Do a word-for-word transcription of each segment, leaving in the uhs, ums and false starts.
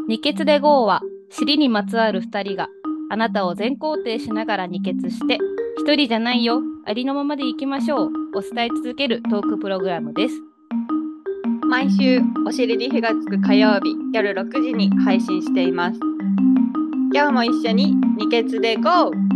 二血で ゴー は尻にまつわるふたりがあなたを全肯定しながら二血して一人じゃないよ、ありのままでいきましょうを伝え続けるトークプログラムです。 毎週お尻に火がつく火曜日夜ろくじに配信しています。今日も一緒に二血で ゴー。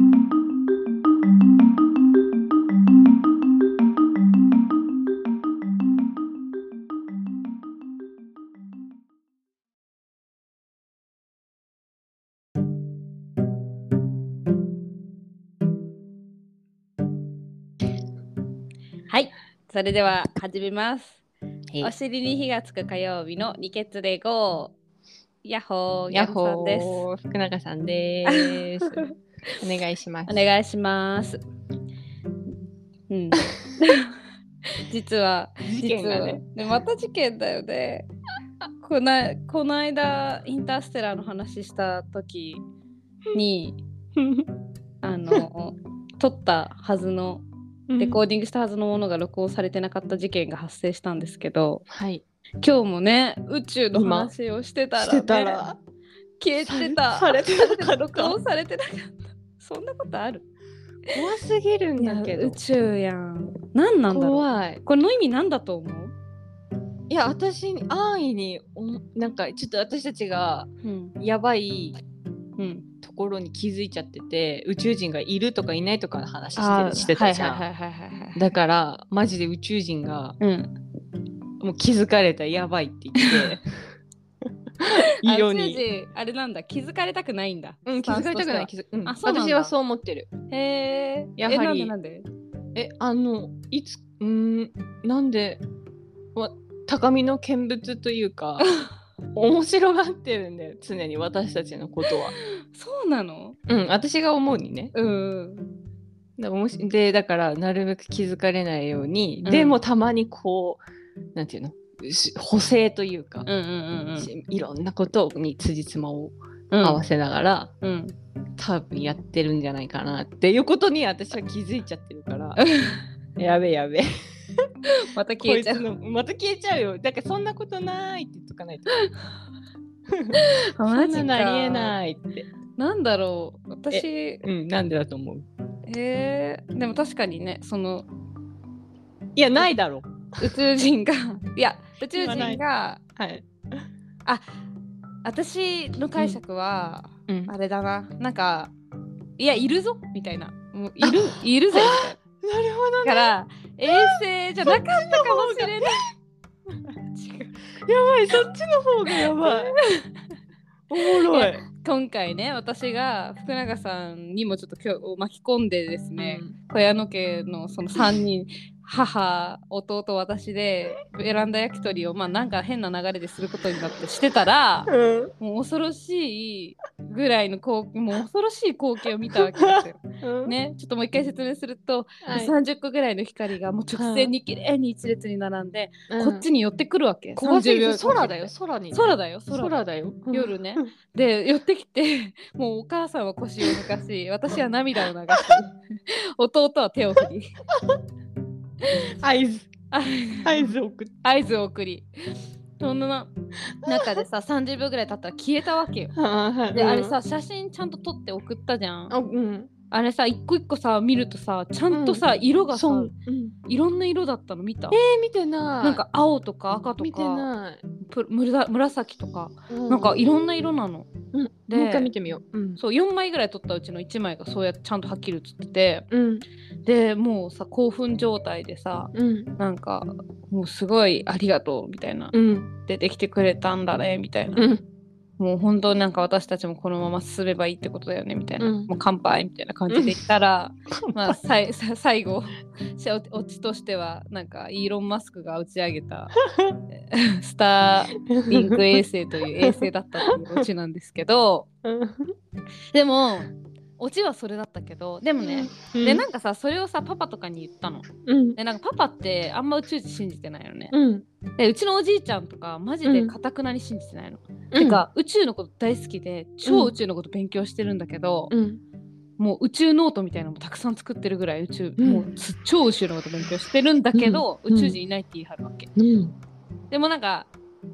はい、それでは始めます。お尻に火がつく火曜日の二血で ゴー。ヤッホー、 ヤッギャルさんです。 ホー、福永さんです。お願いします。 お願いします。うん。実は事件がね、 実はまた事件だよね。こなこの間インターステラーの話した時にあの撮ったはずのレコーディングしたはずのものが録音されてなかった事件が発生したんですけど、 はい、 今日もね宇宙の話をしてたら、ね、 してたら消えてた、 されてなかった、 録音されてなかった。そんなことある？ 怖すぎるんだけど。 宇宙やん。何なんだろう。 怖い。 これの意味なんだと思う？ いや、私安易になんかちょっと私たちがやばい、うん、ところに気づいちゃってて、宇宙人がいるとかいないとかの話してしてたじゃん。だからマジで宇宙人が、うん、もう気づかれた、やばいって言って色に宇宙人あれなんだ、気づかれたくないんだ。 うん、気づかれたくない、気づ、うん、 あ、そうなんだ。 私はそう思ってる。 へー、やはりえ、なんでなんで？ え、あのいつんなんで高みの見物というか面白がってるんだよ、常に私たちのことは。 そうなの？ うん、私が思うにね。 うん。 だもしでだからなるべく気づかれないように、うん、でもたまにこうなんていうの、補正というか、うんうんうんうん、いろんなことに辻褄を合わせながら、うんうん、多分やってるんじゃないかなっていうことに私は気づいちゃってるからやべやべまた消えちゃう。 こいつのまた消えちゃうよ。だからそんなことないって言っとかないとそんなのありえないって。 なんだろう、私、 うん、なんでだと思う？ えー、でも確かにね、そのいやないだろ宇宙人がいや宇宙人が、 はい、 あ、私の解釈は、うん、あれだな、なんかいやいるぞみたいな、もういるいるぜみたいな。 なるほど、ね、 だから衛星じゃなかったかもしれない。 やばい、そっちの方がやばいおもろい。 今回ね、私が福永さんにもちょっと今日巻き込んでですね、うん、小屋野家のそのさんにん母、弟、私でベランダ焼き鳥をまあなんか変な流れですることになってしてたら、うん、もう恐ろしいぐらいのこうもう恐ろしい光景を見たわけですよ、うん、ね、ちょっともう一回説明すると、はい、さんじゅっこぐらいの光がもう直線にきれいに一列に並んで、うん、こっちに寄ってくるわけ。 怖すぎる。空だよ、空に、ね、 空だよ、空空だよ、 夜ねで寄ってきて、もうお母さんは腰を抜かし、私は涙を流し弟は手を振り合図合図を送り合図を送りそんな中でささんじゅうびょうぐらい経ったら消えたわけよで、あれさ写真ちゃんと撮って送ったじゃん。あ、うん、あれさ一個一個さ見るとさちゃんとさ、うん、色がさ、うん、いろんな色だったの見た？ えー、見てない。 なんか青とか赤とか見てない。 紫とか、うん、なんかいろんな色なの、 うん、でもう一回見てみよう、うん、 そうよんまいぐらい撮ったうちのいちまいがそうやってちゃんとはっきり写ってて、うん、でもうさ興奮状態でさ、うん、なんかもうすごいありがとうみたいな、うん、出てきてくれたんだねみたいな、うん、もう本当なんか私たちもこのまま進めばいいってことだよねみたいな、うん、もう乾杯みたいな感じで言ったら、うん、まあさいさ最後オチとしてはなんかイーロン・マスクが打ち上げたスターリンク衛星という衛星だったっていうオチなんですけどでもオチはそれだったけど、でもね、うん、でなんかさそれをさパパとかに言ったの、うん、でなんかパパってあんま宇宙人信じてないよね、うん、でうちのおじいちゃんとかマジでかたくなに信じてないの、うん、てか宇宙のこと大好きで超宇宙のこと勉強してるんだけど、うん、もう宇宙ノートみたいなのもたくさん作ってるぐらい宇宙、うん、もう超宇宙のこと勉強してるんだけど、うん、宇宙人いないって言い張るわけ、うん、でもなんかふっみ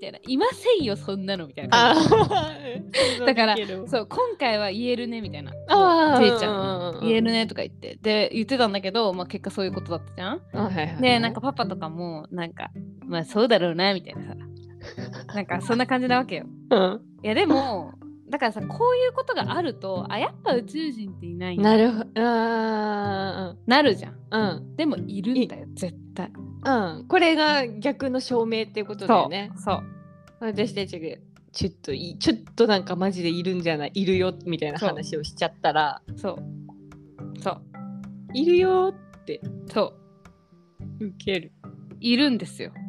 たいな、いませんよそんなのみたいな感じだからそう今回は言えるねみたいな、せいちゃん言えるねとか言ってで言ってたんだけど、まあ、結果そういうことだったじゃん。はいはいはい、でなんかパパとかもなんかまあそうだろうなみたいなさなんかそんな感じなわけよ、うん、いやでもだからさこういうことがあるとあやっぱ宇宙人っていないんだなるほどあなるじゃん、うん、でもいるんだよ絶対、うん、これが逆の証明っていうことだよね。そうそう私たちがちょっといちょっとなんかマジでいるんじゃないいるよみたいな話をしちゃったらそうそういるよってそうウケるいるんですよ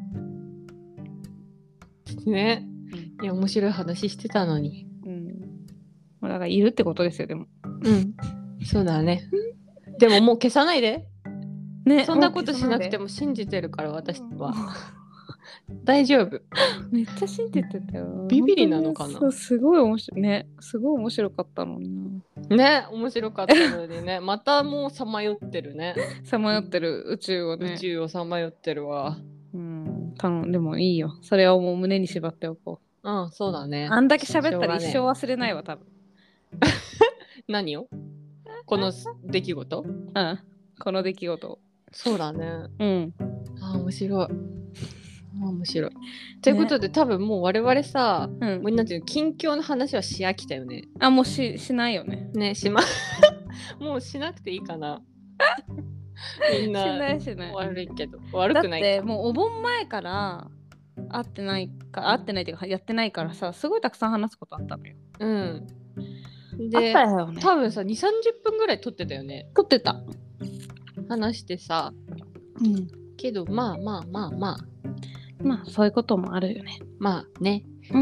ね、うん、いや面白い話してたのに、うん、だからいるってことですよでもうんそうだねでももう消さないでねそんなことしなくても信じてるから私は大丈夫めっちゃ信じてたよビビリなのかなそうすごい面白いねすごい面白かったのになね面白かったのにねまたもうさまよってるねさまよってる宇宙をね宇宙をさまよってるわうんたのでもいいよそれはもう胸に縛っておこううんそうだねあんだけ喋ったら一生忘れないわ多分何をこの出来事うんこの出来事そうだねうんあ面白い面白い。ということで、ね、多分もう我々さ、うん、もうなんていう近況の話はし飽きたよね。あもう し, しないよね。ねしまもうしなくていいかな。みんなしないしない悪いけど悪くないか。だってもうお盆前から会ってないか会ってないっていうかやってないからさすごいたくさん話すことあったのよ。うん。であったよね。多分さにじゅうさんじゅっぷんぐらい撮ってたよね。撮ってた。話してさ。うん。けどまあまあまあまあ。まあそういうこともあるよね。まあね。うん。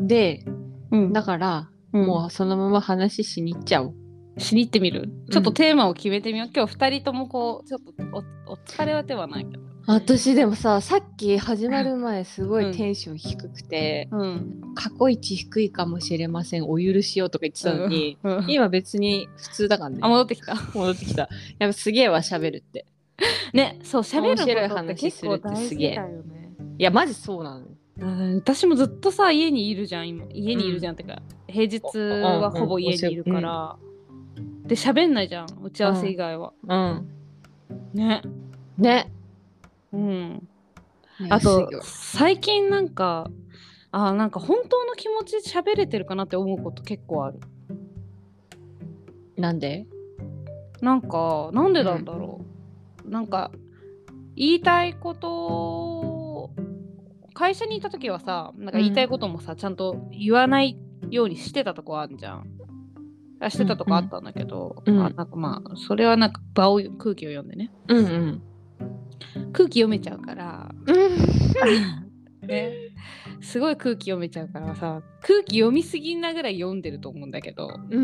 で、うん、だから、うん、もうそのまま話しに行っちゃおう。しに行ってみる、うん、ちょっとテーマを決めてみよう。今日ふたりともこうちょっと お, お疲れはではないけど。私でもささっき始まる前すごいテンション低くて、うん、過去一低いかもしれませんお許しをとか言ってたのに、うんうん、今別に普通だからね。あ戻ってきた戻ってきた。やっぱすげえわ喋るって。ねそう喋ることって結構大事だよね。いやマジそうなの。私もずっとさ家にいるじゃん今家にいるじゃん、うん、ってか平日はほぼ家にいるから、うん、で喋んないじゃん打ち合わせ以外は、うん、ねねうんあと最近なんかあなんか本当の気持ちで喋れてるかなって思うこと結構ある。なんでなんかなんでなんだろう、うん、なんか言いたいこと会社にいた時はさなんか言いたいこともさ、うん、ちゃんと言わないようにしてたとこあるじゃん。あしてたとこあったんだけど、うんうん、あなんかまあそれはなんか場を空気を読んでね、うんうん、空気読めちゃうから、うん、ねすごい空気読めちゃうからさ空気読みすぎなぐらい読んでると思うんだけど、うん、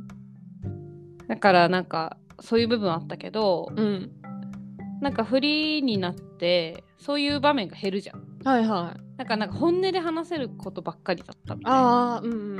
だからなんかそういう部分あったけど、うん、なんかフリーになってそういう場面が減るじゃん。はいはい。なんかなんか本音で話せることばっかりだったみたいな。ああうんうんうんうん。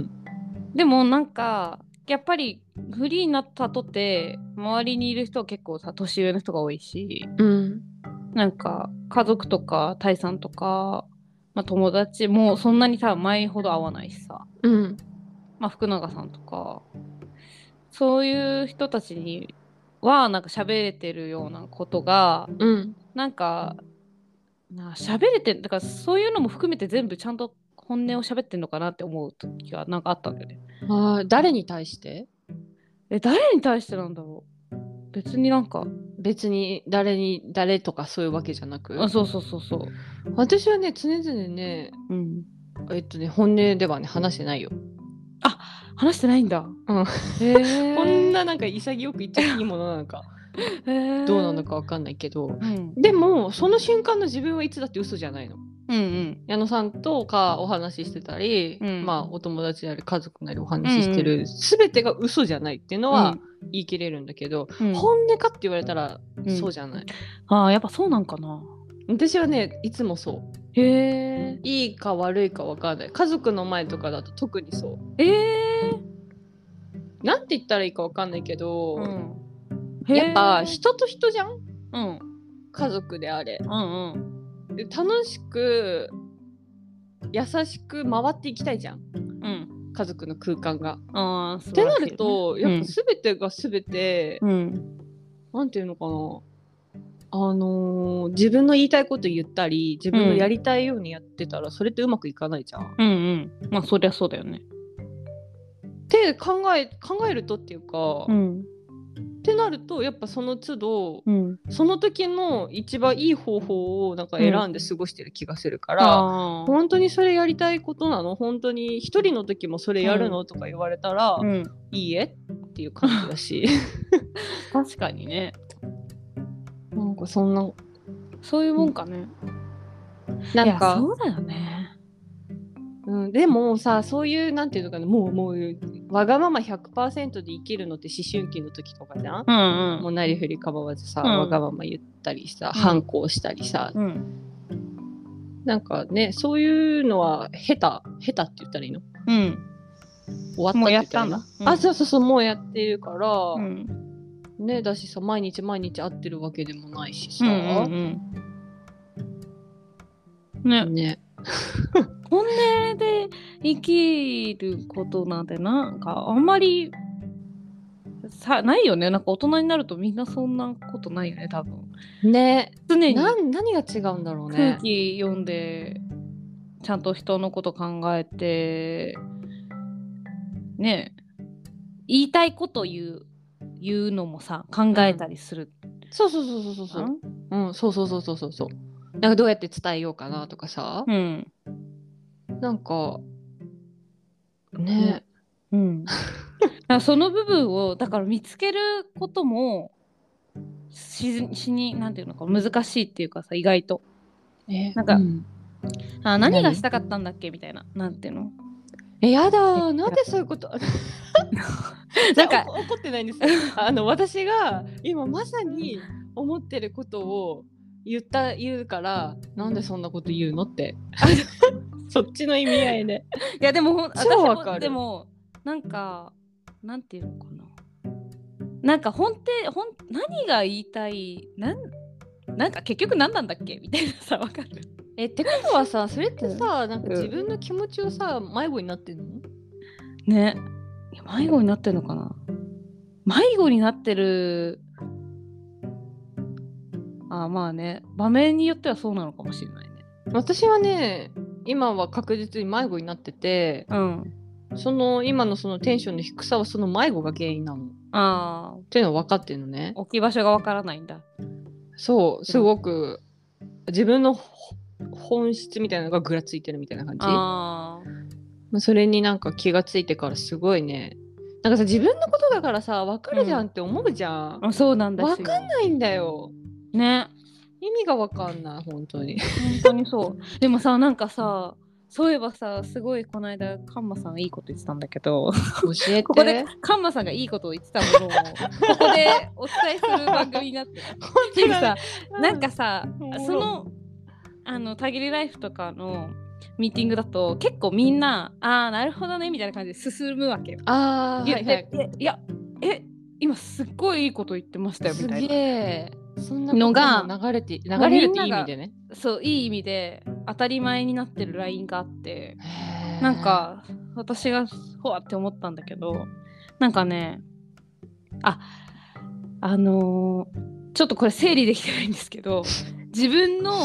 でもなんかやっぱりフリーになったとて周りにいる人は結構さ年上の人が多いし、うん、なんか家族とかタイさんとか、まあ、友達もそんなにさ前ほど会わないしさ、うん、まあ福永さんとかそういう人たちにはなんか喋れてるようなことが、うん、なんかな喋れてだからそういうのも含めて全部ちゃんと本音を喋ってんのかなって思う時はなんかあったんだよね。あ誰に対してえ誰に対してなんだろう。別になんか別に誰に誰とかそういうわけじゃなくあそうそうそうそう私はね常々ね、うん、えっとね本音ではね話してないよ。あ話してないんだ。うん、へこんななんか潔く言っちゃっていいものなのかどうなのかわかんないけど、うん、でもその瞬間の自分はいつだって嘘じゃないの。うんうん、矢野さんとかお話ししてたり、うん、まあお友達なり家族なりお話ししてる、うんうん、全てが嘘じゃないっていうのは言い切れるんだけど、うん、本音かって言われたらそうじゃない。うん、ああやっぱそうなんかな。私はねいつもそう。へえ。いいか悪いか分かんない。家族の前とかだと特にそう。ええ。なんて言ったらいいか分かんないけど、うん、やっぱ人と人じゃん、うん、家族であれ、うんうん、で楽しく優しく回っていきたいじゃん、 うん、 家族の空間が。 あー、 ってなると、やっぱ全てが全て、 うん、 なんていうのかな、あのー、自分の言いたいこと言ったり自分のやりたいようにやってたら、それってうまくいかないじゃん。 うんうん。まあそりゃそうだよね。 って考え考えるとっていうか、 うん、 ってなるとやっぱその都度、 うん、 その時の一番いい方法をなんか選んで過ごしてる気がするから、 あー、 本当にそれやりたいことなの、本当に一人の時もそれやるの、とか言われたら、 うん、 いいえっていう感じだし確かにね。 なんかそんなそういうもんかね。 なんかいやそうだよね。 うん、でもさ、そういうなんていうのかな、もうもうわがまま ひゃくパーセント で生きるのって思春期の時とかじゃん、 うんうん、 もうなりふり構わずさ、 うん、 わがまま言ったりさ、 うん、 反抗したりさ、 うん、 なんかね、そういうのは下手下手って言ったらいいの、 うん、 終わったって言ったらいいの、 もうやったんだ、うん、 あ、そうそうそう、もうやってるから、 うん、 ね、だしさ、毎日毎日会ってるわけでもないしさ、 うんうんうん、ね、 ね本音で生きることなんてなんかあんまりさないよね。なんか大人になるとみんなそんなことないよね、多分。 ね、 常にな何が違うんだろうね。 空気読んでちゃんと人のこと考えてね、言いたいこと言う言うのもさ、考えたりする、 うん、そうそうそうそうそうそう、うん、そうそうそうそうそうそう、なんかどうやって伝えようかなとかさ、 うん、 なんかね、 うん、だからその部分をだから見つけることもししになんていうのか難しいっていうかさ、意外とえなんか、 うん、 あ、何がしたかったんだっけみたいな、なんていうの、 え、やだー、なんでそういうことなんか怒ってないんですよあの私が今まさに思ってることを言った言うから、なんでそんなこと言うのってそっちの意味合いでいやでもほん超わかる。 でもなんかなんていうのかな、なんか本ってほん何が言いたい、なんなんか結局何なんだっけみたいなさ、わかる。 えってことはさ、それってさ、なんか自分の気持ちをさ、迷子になってんのね。いや迷子になってるのかな、迷子になってる、あ、まあね、場面によってはそうなのかもしれないね。 私はね、今は確実に迷子になってて、 うん、 その今のそのテンションの低さはその迷子が原因なのあっていうのは分かってるのね。 置き場所がわからないんだ。 そう、すごく自分の本質みたいなのがぐらついてるみたいな感じ。 あまあそれになんか気がついてからすごいね、なんかさ、自分のことだからさ、分かるじゃんって思うじゃん、 あ、そうなんだし。 分かんないんだよね。 意味が分かんない、本当に本当にそう。でもさ、なんかさ、そういえばさ、すごいこの間カンマさんがいいこと言ってたんだけど、 教えて。 ここでカンマさんがいいことを言ってたものをここでお伝えする番組になってる。っていうさ、なんかさ、そのあのたぎりライフとかのミーティングだと結構みんな、ああなるほどねみたいな感じで進むわけよ。 ああ、はいはい。 いや、え、今すっごいいいこと言ってましたよみたいな。 すげえ。そんなことも流れて流れるっていい意味でね。 そう、いい意味で当たり前になってるラインがあって、なんか私がほわって思ったんだけど、なんかね、あ、あのー、ちょっとこれ整理できてないんですけど、自分の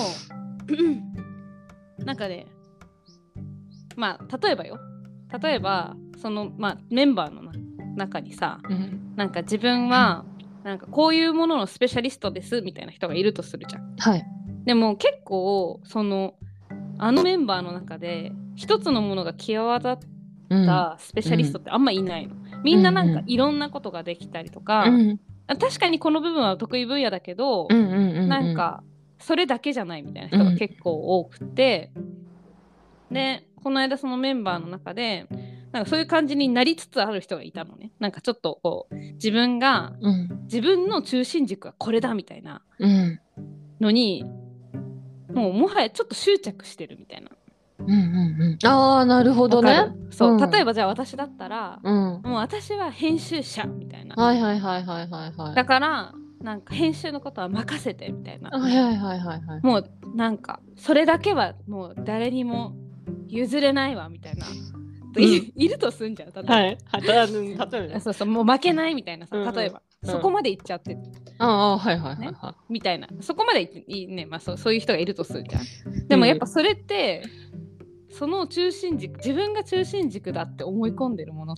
なんかね、まあ例えばよ、例えばその、まあ、メンバーの中にさ、うん、なんか自分はなんかこういうもののスペシャリストですみたいな人がいるとするじゃん。 はい。 でも結構そのあのメンバーの中で一つのものが際立ったスペシャリストってあんまいないの。うん、みんななんかいろんなことができたりとか、うん、確かにこの部分は得意分野だけど、うんうんうんうん、なんかそれだけじゃないみたいな人が結構多くて、うん、でこの間そのメンバーの中でなんかそういう感じになりつつある人がいたのね。なんかちょっとこう自分が、うん、自分の中心軸はこれだみたいなのに、うん、もうもはやちょっと執着してるみたいな。 うんうんうん、ああなるほどね。 そう、 うん、 例えばじゃあ私だったら、うん、もう私は編集者みたいな。 はいはいはいはいはいはい。 だからなんか編集のことは任せてみたいな。 はいはいはいはいはい。 もうなんかそれだけはもう誰にも譲れないわみたいな、うん、いるとすんじゃん、例えば、はい、例えばそうそうもう負けないみたいなさ、例えば、うん、そこまで行っちゃって、 ああはいはいはいはい、ね、 みたいな、そこまでいいね、まあそう、そういう人がいるとするじゃん。でもやっぱそれって、うん、その中心軸、自分が中心軸だって思い込んでるものって、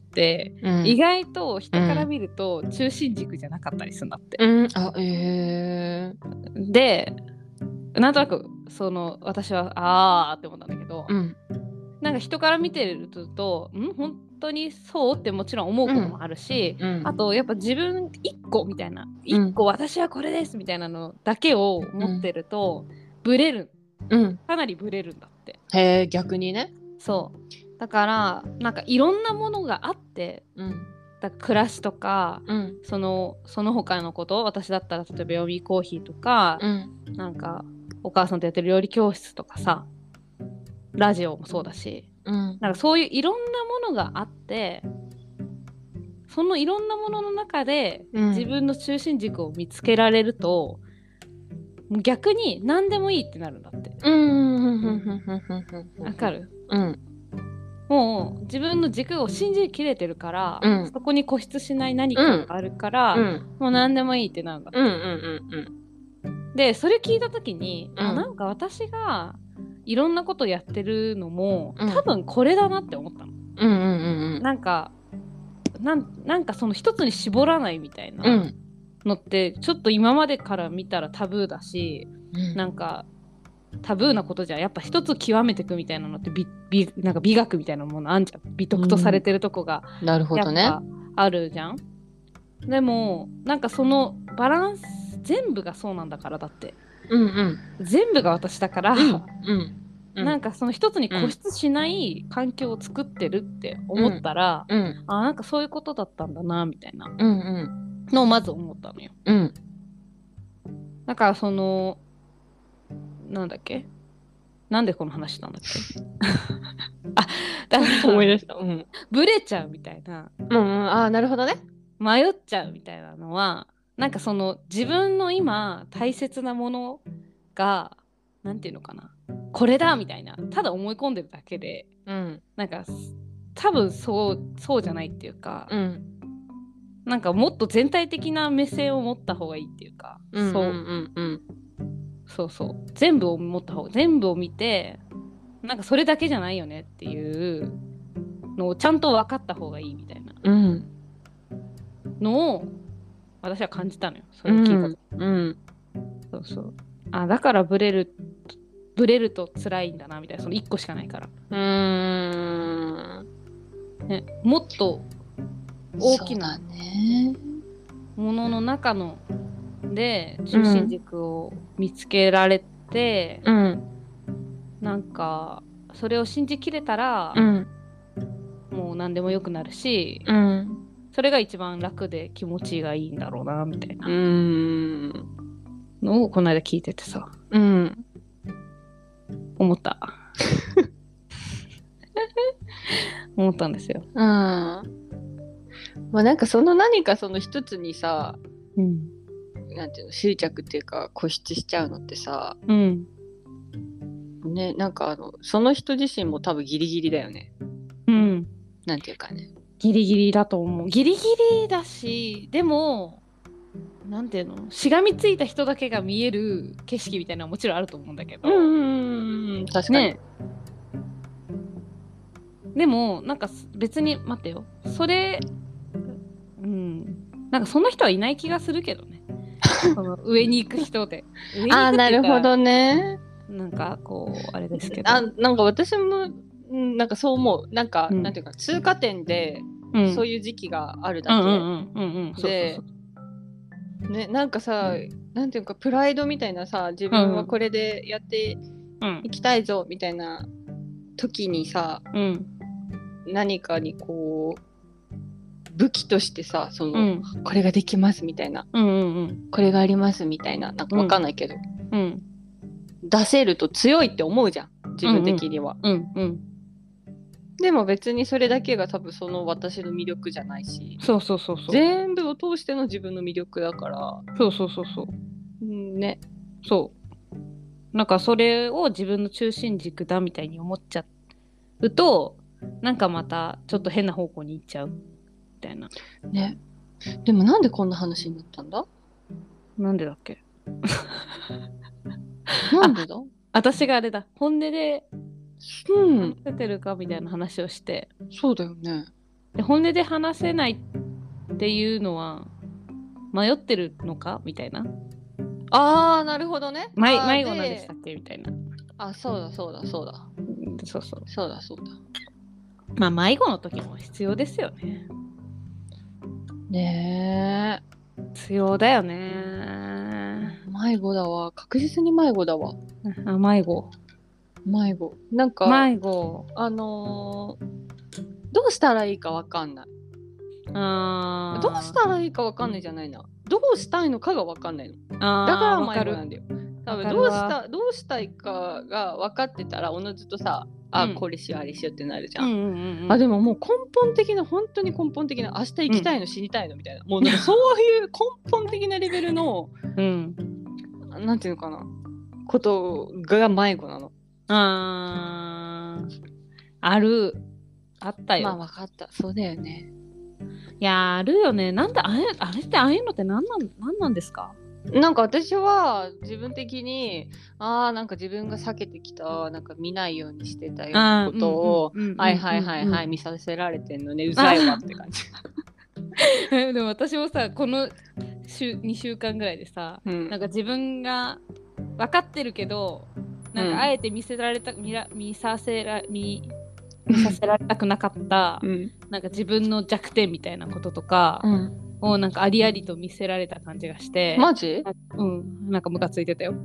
うん、意外と人から見ると中心軸じゃなかったりするんだって、 うん、あえー、でなんとなくその私はあーって思ったんだけど、うん、なんか人から見てるとん本当にそうってもちろん思うこともあるし、うん、あとやっぱ自分いっこみたいな、いっこ私はこれですみたいなのだけを持ってると、うん、ブレる、うん、かなりブレるんだって。 へえ、逆にね。 そうだからなんかいろんなものがあって、うん、だから暮らしとか、うん、そのその他のこと、私だったら例えば読みコーヒーとか、うん、なんかお母さんとやってる料理教室とかさ、ラジオもそうだし、うん、なんかそういういろんなものがあって、そのいろんなものの中で自分の中心軸を見つけられると、もう逆に何でもいいってなるんだって。わかる？うん。もう自分の軸を信じきれてるから、うん、そこに固執しない何かがあるから、うん、もう何でもいいってなるんだって。うんうんうんうん、でそれ聞いた時に、うん、あなんか私がいろんなことやってるのも、うん、多分これだなって思ったの。うんうんうんうん、なんかなん、なんかその一つに絞らないみたいなのって、ちょっと今までから見たらタブーだし、うん、なんかタブーなことじゃやっぱ一つ極めていくみたいなのって美、美、なんか美学みたいなものあんじゃん。美徳とされてるとこがやっぱあるじゃん、うんね、でもなんかそのバランス全部がそうなんだから、だって、うんうん、全部が私だから、うんうん、なんかその一つに固執しない環境を作ってるって思ったら、うんうん、あなんかそういうことだったんだなみたいなのをまず思ったのよ、うん、だからそのなんだっけ、なんでこの話したんだっけあ、だから思い出した、うん、ブレちゃうみたいな、 うんうん、あなるほどね、 迷っちゃうみたいなのは、なんかその自分の今大切なものがなんていうのかな、これだみたいなただ思い込んでるだけで、うん、なんか多分そうそうじゃないっていうか、うん、なんかもっと全体的な目線を持った方がいいっていうか、うんうんうんうん、そうそう全部を持った方が、全部を見てなんかそれだけじゃないよねっていうのをちゃんと分かった方がいいみたいなのを私は感じたのよ、それを聞いた時、うんうん、そうそう、あだからブレるブレると辛いんだなみたいな、そのいっこしかないから、うーん、ね、もっと大きなものの中ので中心軸を見つけられて、うん、なんかそれを信じきれたら、うん、もう何でもよくなるし、うん、それが一番楽で気持ちがいいんだろうなみたいなのをこの間聞いててさ、うん、思った思ったんですよ。うん、 まあなんかその何かその一つにさ、うん、なんていうの、執着っていうか固執しちゃうのってさ、うん、ね、なんかあのその人自身も多分ギリギリだよね。うん、なんていうかね。 ギリギリだと思う。ギリギリだし、でもなんていうの、しがみついた人だけが見える景色みたいなのはもちろんあると思うんだけど。うん、確かに。ね、でもなんか別に待ってよ、それ、うん、なんかそんな人はいない気がするけどね。その上に行く人で。上に行くっていうか、 あ、なるほどね。 なんかこうあれですけど。 あ、なんか私もなんかそう思う。なんか、うん、なんていうか通過点で、うん、そういう時期があるだけで、ね、なんかさ、なんていうかプライドみたいなさ、自分はこれでやっていきたいぞみたいな時にさ、うん、何かにこう武器としてさ、その、うん、これができますみたいな、うんうんうん、これがありますみたいな、なんかわかんないけど、うん、出せると強いって思うじゃん、自分的には、うんうんうん、でも別にそれだけが多分その私の魅力じゃないし、 そうそうそうそう、 全部を通しての自分の魅力だから、 そうそうそうそう、うんね、そう、なんかそれを自分の中心軸だみたいに思っちゃうとなんかまたちょっと変な方向に行っちゃうみたいなね。でもなんでこんな話になったんだ？ なんでだっけなんでだ？ 私があれだ、本音でうん話せてるかみたいな話をして、 そうだよね。 で本音で話せないっていうのは迷ってるのかみたいな。 あーなるほどね。 迷迷子なんでしたっけみたいな。 あ、そうだそうだそうだ。 そうそう。 そうだそうだ。 まあ迷子の時も必要ですよね。 ねえ。必要だよね。 迷子だわ。確実に迷子だわ。 あ、迷子。 迷子。なんか迷子。 あのー、どうしたらいいかわかんない。 あどうしたらいいかわかんないじゃないな。どうしたいのかがわかんないの。あだから迷子なんだよ。多分どうしたどうしたいかが分かってたらおのずとさ、あ、うん、これしようあれしようってなるじゃん。うんうんうん、あでももう根本的な本当に根本的な明日行きたいの、うん、死にたいのみたいなもうなんかそういう根本的なレベルの、うん、なんていうのかなことが迷子なの。 ああるあったよ。 まあ分かった。そうだよね。 いやあるよね。なんであれあれってああいうのって何なん何なんですか？ なんか私は自分的にああなんか自分が避けてきたなんか見ないようにしてたようなことをはいはいはいはい見させられてんのねうざいわって感じ。 でも私もさこの週にしゅうかんぐらいでさ、うん、なんか自分が分かってるけどなんかあえて見せられた、うん、見ら見させら見見させられたくなかった、うん、なんか自分の弱点みたいなこととか、うんをなんかありありと見せられた感じがして。 マジ？ うん、なんかムカついてたよ。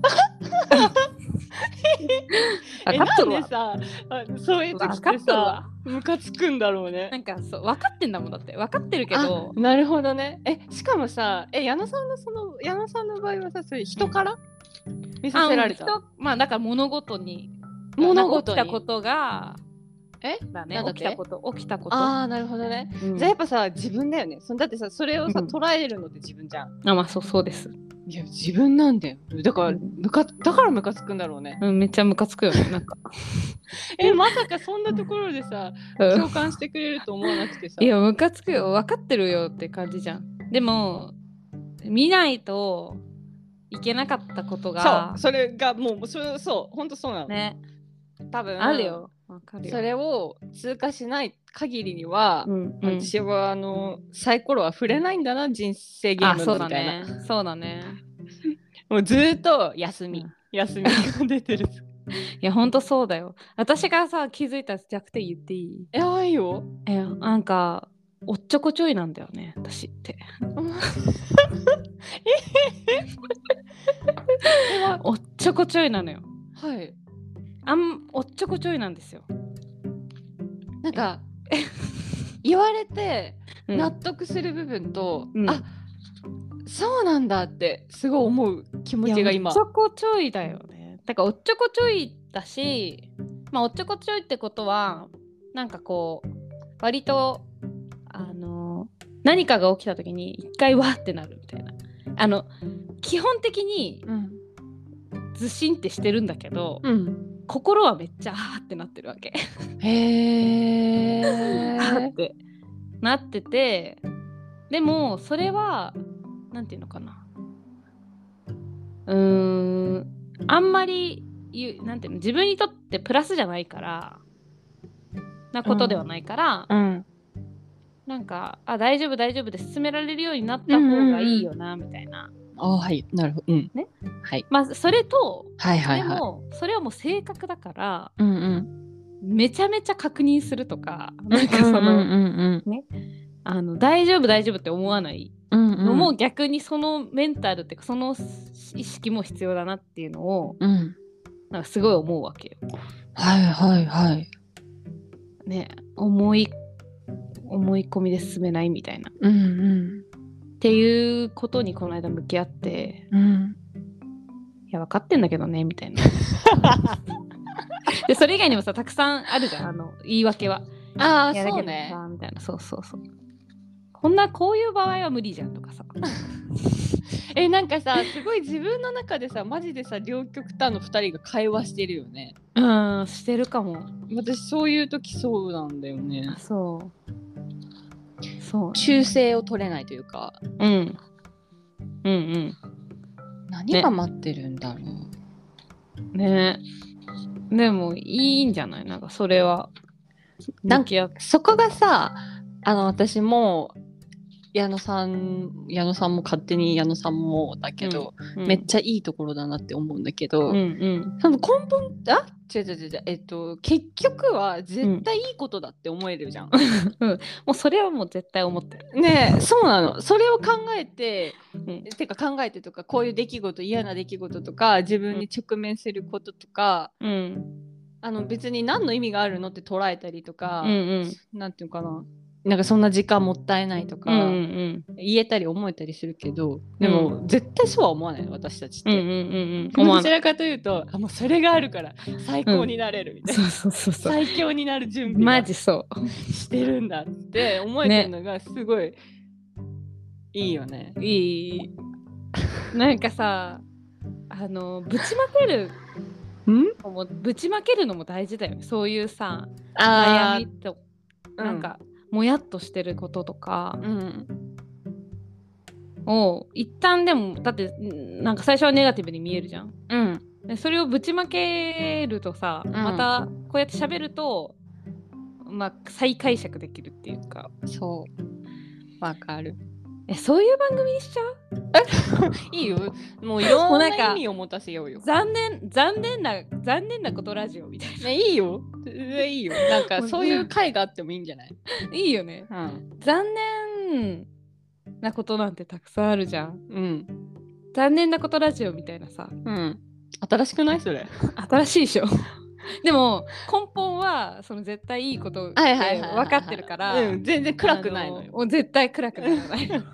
え、なんでさ、そういう時ってさ、ムカつくんだろうね。 なんかそう分かってんだもんだって分かってるけど。 なるほどね。え、しかもさ、え、矢野さんのその矢野さんの場合はさ、それ人から見させられた。 あ、まあだから物事に物事に起きたことが。 えだね、起きたこと起きたことああなるほどね、うん、じゃあやっぱさ自分だよね。そだってさそれをさ、うん、捉えるのって自分じゃん。 あまあそうそうです。 いや自分なんだよ。だから、うん、むかだからムカつくんだろうね。 うん、めっちゃムカつくよねなんかえまさかそんなところでさ、うん、共感してくれると思わなくてさ。 いやムカつくよ分かってるよって感じじゃん。でも見ないといけなかったことがそうそれがもうそれそう本当そうなのね。多分あるよ。わかるよ。 それを通過しない限りには、うんうん、私はあのサイコロは触れないんだな人生ゲームのみたいな。 あ、そうだね。そうだね。 もうずっと休み、うん、休みが出てる。 いやほんとそうだよ。私がさ気づいた弱点言っていい？ えいいよ。 えなんかおっちょこちょいなんだよね私って。おっちょこちょいなのよ。 はい。 あんおっちょこちょいなんですよ。 なんか言われて納得する部分と、うん、あそうなんだってすごい思う気持ちが今。 おっちょこちょいだよね。だからおっちょこちょいだし、まあおっちょこちょいってことはなんかこう割とあの何かが起きた時に一回わーってなるみたいな。あの基本的に、うん、ずしんってしてるんだけど。うん心はめっちゃはーってなってるわけ。 へーはってなってて、でもそれはなんていうのかな、うーんあんまりなんていうの自分にとってプラスじゃないからなことではないから、うんうん、なんかあ大丈夫大丈夫で進められるようになった方がいいよな、うんうんうん、みたいな。 あはいなるほど、うん、 ね、 はい、 まあそれと、 はいはいはい、 でもそれはもう性格だから、 うんうん、 めちゃめちゃ確認するとか、なんかその、うんうんうんうん、ね、あの大丈夫大丈夫って思わないのも、うんうん、逆にそのメンタルっていうかその意識も必要だなっていうのを、うん、なんかすごい思うわけよ。 はいはいはい。 ね、思い思い込みで進めないみたいな。 うんうんっていうことにこの間向き合って、うん、いや分かってんだけどねみたいな。でそれ以外にもさたくさんあるじゃんあの言い訳は。 ああそうね。 みたいなそうそうそう。こんなこういう場合は無理じゃんとかさ。 えなんかさすごい自分の中でさマジでさ両極端のふたりが会話してるよね。 うんしてるかも。 私そういう時そうなんだよね。 そうそう、ね、 修正を取れないというか、 うん、うんうん何が待ってるんだろうね。ねでもいいんじゃない？なんかそれはなんかそこがさあの私も矢野さん矢野さんも勝手に矢野さんもだけど、うんうん、めっちゃいいところだなって思うんだけど、うんうん、その根本あ違う違う違うえっと結局は絶対いいことだって思えるじゃん、 うん、もうそれはもう絶対思ってるね。そうなの。それを考えて、うん、てか考えてとかこういう出来事嫌な出来事とか自分に直面することとか、うん、あの別に何の意味があるのって捉えたりとか、うんうん、なんていうかななんかそんな時間もったいないとか、うんうん、言えたり思えたりするけどでも、うん、絶対そうは思わない私たちって、うんうんうん、どちらかというとあもうそれがあるから最高になれるみたいな、うん、そうそうそう最強になる準備マジそうしてるんだって思えてるのがすごい、ね、いいよね。 いいなんかさあのぶちまけるんもうぶちまけるのも大事だよね。そういうさ悩みとなんか、うん、もやっとしてることとか、うん、を一旦でもだってなんか最初はネガティブに見えるじゃん、うん、でそれをぶちまけるとさ、うん、またこうやって喋ると、まあ、再解釈できるっていうか。 そうわかる。 えそういう番組にしちゃういいよもういろんな意味を持たせようよ。 残念残念な残念なことラジオみたいな、 ね、いいよいいよなんかそういう回があってもいいんじゃない？ いいよね、うん、残念なことなんてたくさんあるじゃん、うん、残念なことラジオみたいなさ、うん、 新しくないそれ新しいでしょでも根本はその絶対いいことって分かってるから、 うん、全然暗くないのよ。 もう絶対暗くならないの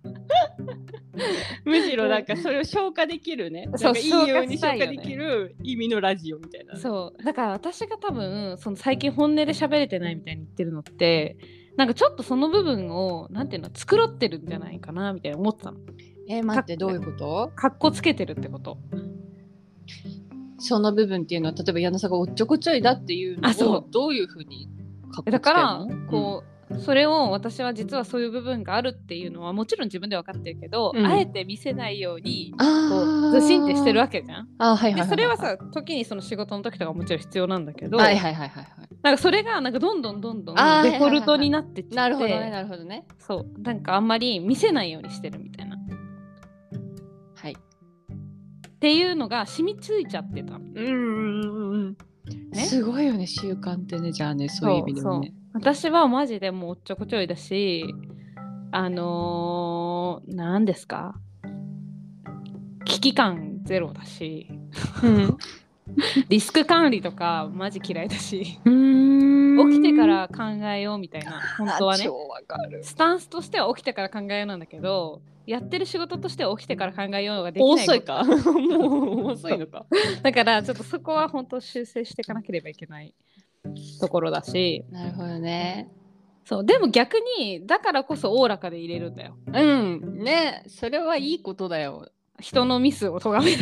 むしろなんかそれを消化できるねなんかいいように消化できる意味のラジオみたいな、ね、 そうだから私が多分その最近本音で喋れてないみたいに言ってるのってなんかちょっとその部分をなんていうの繕ってるんじゃないかなみたいな思ってたの。 えー、待ってどういうこと？ かっこつけてるってこと？ その部分っていうのは例えば矢野さんがおっちょこちょいだっていうのをどういうふうにかっこつけるの？ だからこう、うん、それを私は実はそういう部分があるっていうのはもちろん自分で分かってるけど、うん、あえて見せないようにこうずしんってしてるわけじゃん。あ、はいはいはいはい、でそれはさ時にその仕事の時とかもちろん必要なんだけど、はいはいはいはい、なんかそれがなんかどんどんどんどんデフォルトになってっちゃって、 なるほどねなるほどね。 そうなんかあんまり見せないようにしてるみたいな、はいっていうのが染みついちゃってた。うんうんうん、ね、すごいよね習慣ってね。じゃあねそういう意味でもね私はマジでもうおっちょこちょいだしあのー、何ですか危機感ゼロだし、うん、リスク管理とかマジ嫌いだしうーん起きてから考えようみたいな本当はね超わかる。 スタンスとしては起きてから考えようなんだけどやってる仕事としては起きてから考えようができない。 遅いかもう遅いのかだからちょっとそこは本当修正していかなければいけないところだし。 なるほどね。 そうでも逆にだからこそおおらかでいれるんだよ。 うんねそれはいいことだよ。 人のミスを咎めない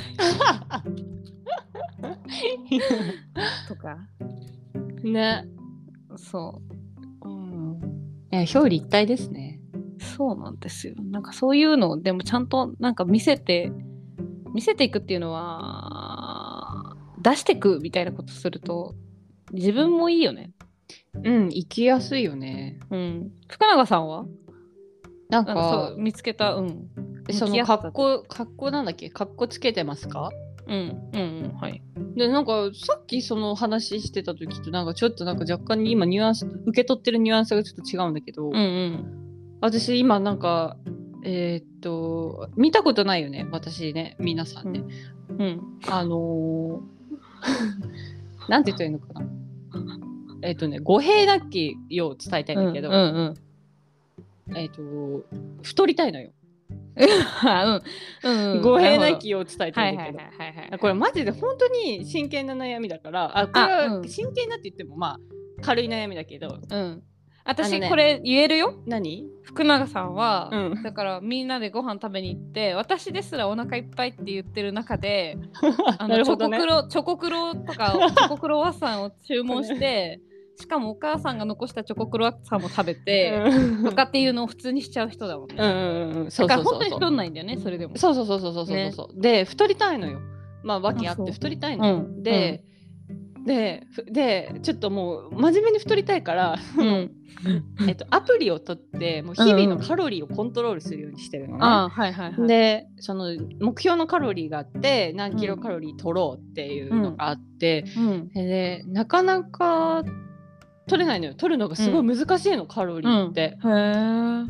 とかね。 そう、うん、 え表裏一体ですね。 そうなんですよ。なんかそういうのをでもちゃんとなんか見せて見せていくっていうのは出していくみたいなことすると自分もいいよね。 うん生きやすいよね。 うん。福永さんはなんか、なんかそう見つけたうんその格好格好なんだっけ格好つけてますか？ うんうんうんはいでなんかさっきその話してた時となんかちょっとなんか若干今ニュアンス受け取ってるニュアンスがちょっと違うんだけど、うんうん、私今なんかえー、っと見たことないよね私ね皆さんね、うんうん、あのー、なんて言ったらいいのかなえー、っとね語弊なきよう伝えたいんだけど、うんうんうん、えー、っと太りたいのようんうん、語弊なきを伝えてるんだけどこれマジで本当に真剣な悩みだからあこれは真剣なって言ってもまあ軽い悩みだけど、うん、 私これ言えるよ。 何？ 福永さんは、 うん、 だからみんなでご飯食べに行って私ですらお腹いっぱいって言ってる中であの、ね、チョコクロチョコクロとかチョコクロワッサンを注文してしかもお母さんが残したチョコクロワッサンも食べてとかっていうのを普通にしちゃう人だもんね。うんうんうん、そうそうそうそう。だから本当に太んないんだよねそれでも。 そうそうそうそうそうそうそう、ね、で太りたいのよ。まあ訳あって太りたいのよ。うん、で、うん、ででちょっともう真面目に太りたいから、うんえっと、アプリを取ってもう日々のカロリーをコントロールするようにしてるのね。あ、はいはいはい、でその目標のカロリーがあって何キロカロリー取ろうっていうのがあって、うんうん、でなかなか取れないのよ。取るのがすごい難しいの、うん、カロリーって、うん、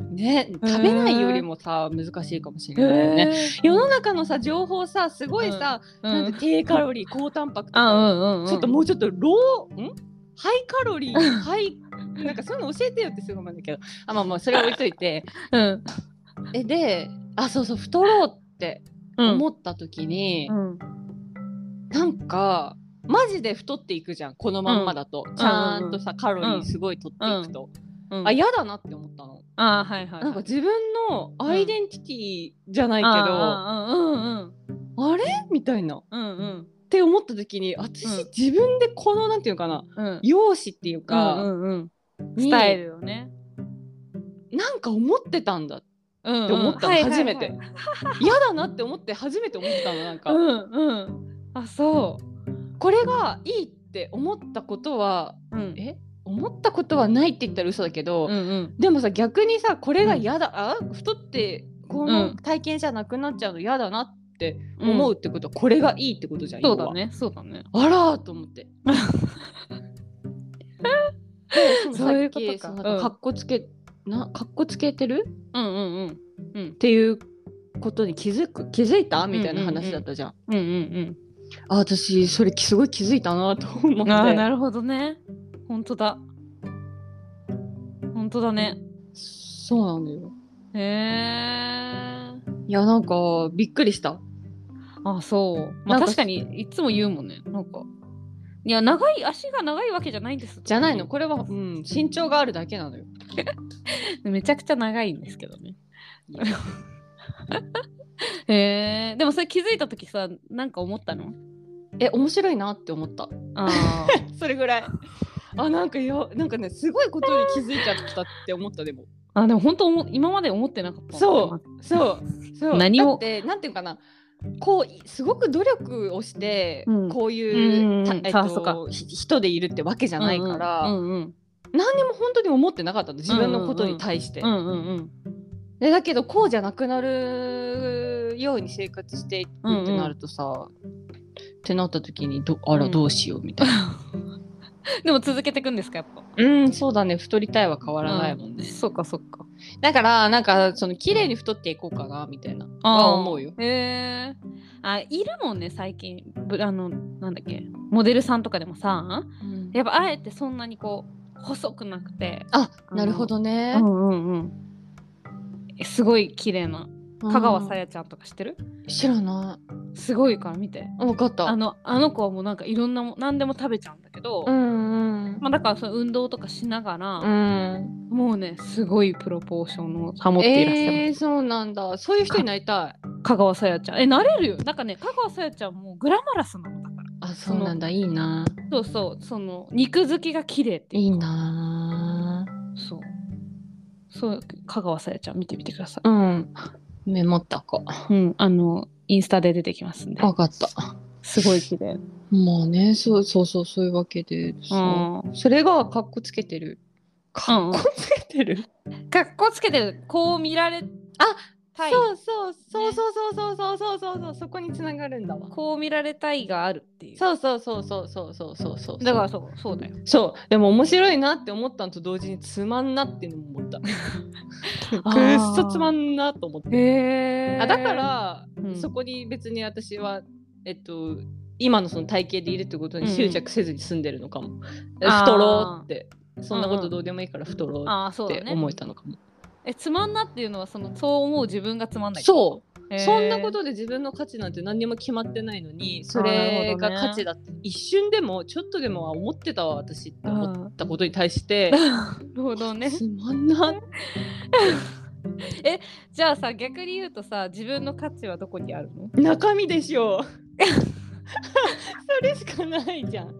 ね、食べないよりもさ難しいかもしれないよね。世の中のさ情報さすごいさ、うん、なんて低カロリー高タンパクとか、うんうんうん、ちょっともうちょっとローんハイカロリーハイなんかそういうの教えてよってすごい思うんだけど、あまあまあそれは置いといて、うん、えであそうそう太ろうって思った時に、うん、なんかマジで太っていくじゃんこのまんまだと、うん、ちゃんとさ、うん、カロリーすごい取っていくと、うん、あ嫌だなって思ったの。あ、はいはいはい、なんか自分のアイデンティティじゃないけど、うん、あ, あれみたいな、うんうんって思った時に私、うん、自分でこのなんていうかな、うん、容姿っていうか、うんうんうん、スタイルをねなんか思ってたんだって思ったの、うんうん、初めて、はいはいはい、嫌だなって思って初めて思ったのなんか、うんうん、あそうこれがいいって思ったことは、うん、え思ったことはないって言ったら嘘だけど、うんうん、でもさ逆にさこれが嫌だ、うん、あ太ってこの体験じゃなくなっちゃうの嫌だなってって思うってことはこれがいいってことじゃん、うん、そうだねそうだねあらーと思ってでそのさっきそのなんかかっこつけ、うん、なかっこつけてる、うんうんうんうん、っていうことに気づく気づいたみたいな話だったじゃん、うんうんうん、あ私それすごい気づいたなと思って。あなるほどね本当だ本当だね、そうなのよ。へえいやなんかびっくりした。あそう、まあ、確かにいつも言うもんねなんかいや長い足が長いわけじゃないんですじゃないのこれは、うん、身長があるだけなのよめちゃくちゃ長いんですけどねへえでもそれ気づいた時さなんか思ったの？え面白いなって思った。あそれぐらいあなんかよなんかねすごいことに気づいちゃったって思ったでもあでも本当今まで思ってなかった。そうそうそう何をだってなんていうかなこうすごく努力をして、うん、こういう、うんうんえっと、人でいるってわけじゃないから、うんうんうん、何にも本当に思ってなかったの自分のことに対して、うんうんうん、でだけどこうじゃなくなるように生活していくってなるとさ、うんうん、ってなった時にどあらどうしようみたいな、うん、でも続けていくんですかやっぱ。うんそうだね太りたいは変わらないもんね、うん、そっかそっかだからなんかその綺麗に太っていこうかなみたいなは思うよ。へえあいるもんね最近あのなんだっけモデルさんとかでもさ、うん、やっぱあえてそんなにこう細くなくてあなるほどねうんうんうんすごい綺麗な香川さやちゃんとか知ってる？知らない。すごいから見て。分かった。あのあの子はもうなんかいろんなも何でも食べちゃうんだけど、うんうんまあ、だからその運動とかしながら、うん、もうねすごいプロポーションを保っていらっしゃる。えー、そうなんだ。そういう人になりたい。香川さやちゃんえなれるよ。なんかね香川さやちゃんもグラマラスなのだから。あそうなんだいいな。そうそうその肉付きが綺麗っていう。いいな。そう。そう香川さやちゃん見てみてください。うん。メモったか。うん、あのインスタで出てきますんで。分かった。すごい綺麗。まあね、そうそうそうそういうわけでさ、うん、それがカッコつけてる。カッコつけてる。カッコつけてる。こう見られ。あ、そうそうそうそうそうそうそうそうそうそうそこに繋がるんだわ。こう見られたいがあるっていう。そうそうそうそうそうそうそうそう。だからそうそうだよ。そうでも面白いなって思ったのと同時につまんなっていうのも思った。くっそつまんなと思って。へあだから、うん、そこに別に私はえっと今のその体型でいるってことに執着せずに済んでるのかも。うん、太ろうってそんなことどうでもいいから太ろうって思えたのかも。えつまんなっていうのはそのそう思う自分がつまんない。そうそんなことで自分の価値なんて何にも決まってないのに、それが価値だって、ね、一瞬でもちょっとでも思ってたわ私って思ったことに対してなるほどね、 つまんなえ、じゃあさ、逆に言うとさ、自分の価値はどこにあるの？ 中身でしょそれしかないじゃん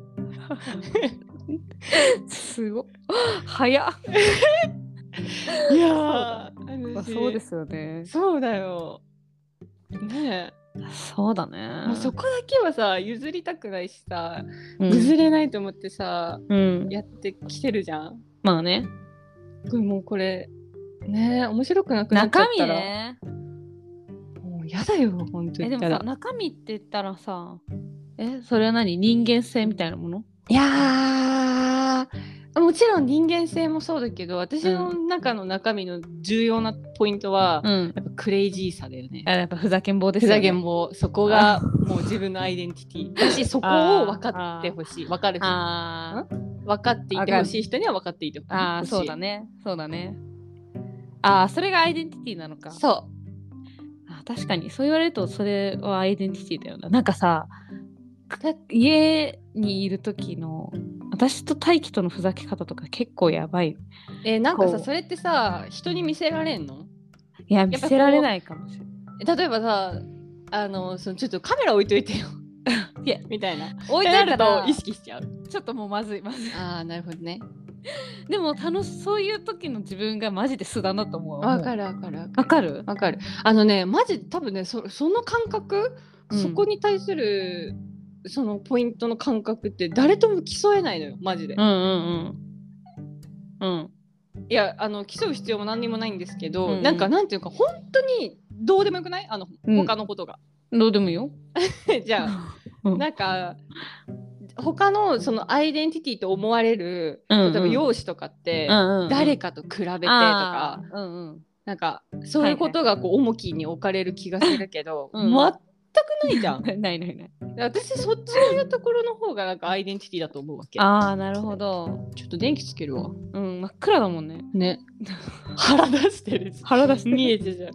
すごっ早っいやー、まあ、そうですよね。 そうだよねえ、 そうだね。 まあ、そこだけはさ譲りたくないしさ、うん、譲れないと思ってさ、うん、やってきてるじゃん。 まあね。 これもうこれねえ面白くなくなっちゃったら中身ね。 もうやだよ本当に。 えでもさ、中身って言ったらさ、えそれは何？人間性みたいなもの？ いやーもちろん人間性もそうだけど、私の中の中身の重要なポイントは、うん、やっぱクレイジーさだよね。 やっぱふざけん坊ですよね。 ふざけん坊、そこがもう自分のアイデンティティだし、そこを分かってほしい。分かる人、分かっていてほしい人には分かっていてほしい。 ああ、そうだね、そうだね。ああ、それがアイデンティティなのか。 そう。 あ、確かにそう言われるとそれはアイデンティティだよな。なんかさ、家にいる時の私と大輝とのふざけ方とか結構やばい。 えー、なんかさそれってさ人に見せられんの？ いや見せられないかもしれない。例えばさあのそのちょっとカメラ置いといてよいやみたいな置いてあると意識しちゃう。 ちょっともうまずいまずい。 ああなるほどね。 でも楽しそういう時の自分がマジで素だなと思う。 わかるわかるわかるわかる。あのねマジ多分ね そ, その感覚、うん、そこに対するそのポイントの感覚って誰とも競えないのよマジで。 うんうんうん。うん。 いやあの競う必要も何にもないんですけど、うんうん、なんかなんていうか本当にどうでもよくない？あの、うん、他のことが。 どうでもいいよ。 じゃあ、うん、なんか他のそのアイデンティティと思われる、うんうん、例えば容姿とかって、うんうん、誰かと比べてとか、うんうん、なんかそういうことがこう重きに置かれる気がするけど、はいはい、全くないじゃん。 ないないない。 私そっちのいうところの方がなんかアイデンティティだと思うわけ。 ああなるほど。 ちょっと電気つけるわ。 うん真っ暗だもんね。 ね。腹出してる。 腹出してる。 見えてじゃん。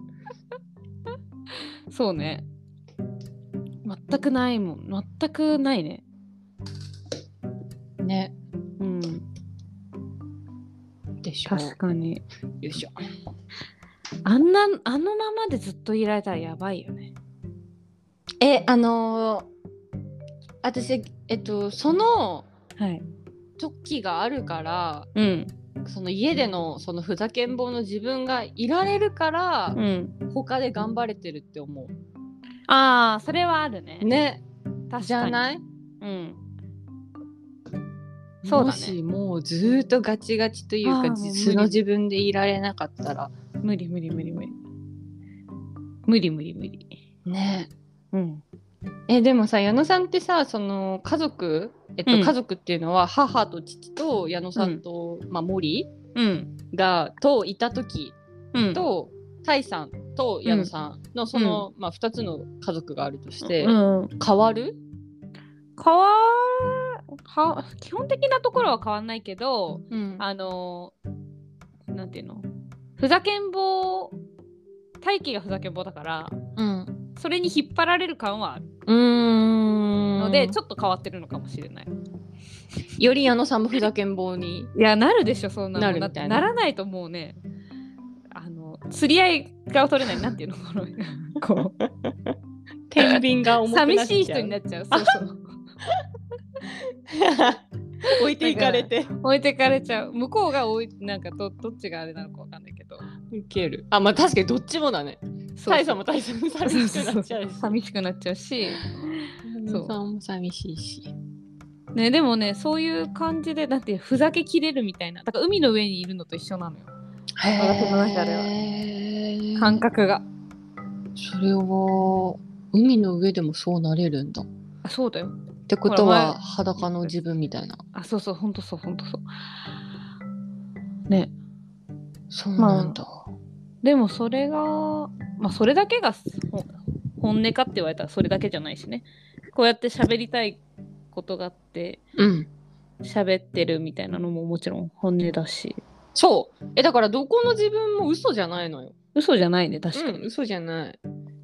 そうね。全くないもん。全くないね。 ね。 うん。 でしょ。 確かに。 よいしょ。 あんなあのままでずっといられたらやばいよね。 えあのー、私えっとその時があるから、はい、うん、その家でのそのふざけん坊の自分がいられるから、うん、他で頑張れてるって思う。 あーそれはあるね。 ね。 確かに。 じゃない？ うん。 そうだね。もしもうずっとガチガチというか素の自分でいられなかったら無理無理無理無理無理無理無理ね。 うん。 えでもさ矢野さんってさその家族えっと、うん、家族っていうのは母と父と矢野さんと、うん、まあ森、うん、がといた時と、うん、タイさんと矢野さんのその、うんまあ、ふたつの家族があるとして、うん、変わる？ 変わは基本的なところは変わんないけど、うん、あのなんていうのふざけん坊大輝がふざけん坊だから、うん、それに引っ張られる感はある。うーんのでちょっと変わってるのかもしれない。 より矢野さんもふざけん坊にいやなるでしょそんなの。 なるみたいな。 ならないともうねあの釣り合いが取れないなんていうのこう天秤が重くなっちゃう。 寂しい人になっちゃう。そうそう置いていかれて置いていかれちゃう。向こうが置いなんか ど, どっちがあれなのかわかんないけどウケる。あまあ確かにどっちもだね。タイさんもタイさんも寂しくなっちゃうし寂しくなっちゃうしそうさんも寂しいしね。でもねそういう感じでだってふざけきれるみたいなだから海の上にいるのと一緒なのよ。私の中では感覚が。 それは海の上でもそうなれるんだ。 あそうだよ。 ってことは裸の自分みたいな。 あそうそうほんとそうほんとそうね。 そうなんだ、 まあ、でもそれがまあそれだけが本音かって言われたらそれだけじゃないしね。こうやって喋りたいことがあって喋、うん、ってるみたいなのももちろん本音だし。 そうえだからどこの自分も嘘じゃないのよ。 嘘じゃないね確かに、 うん、嘘じゃない。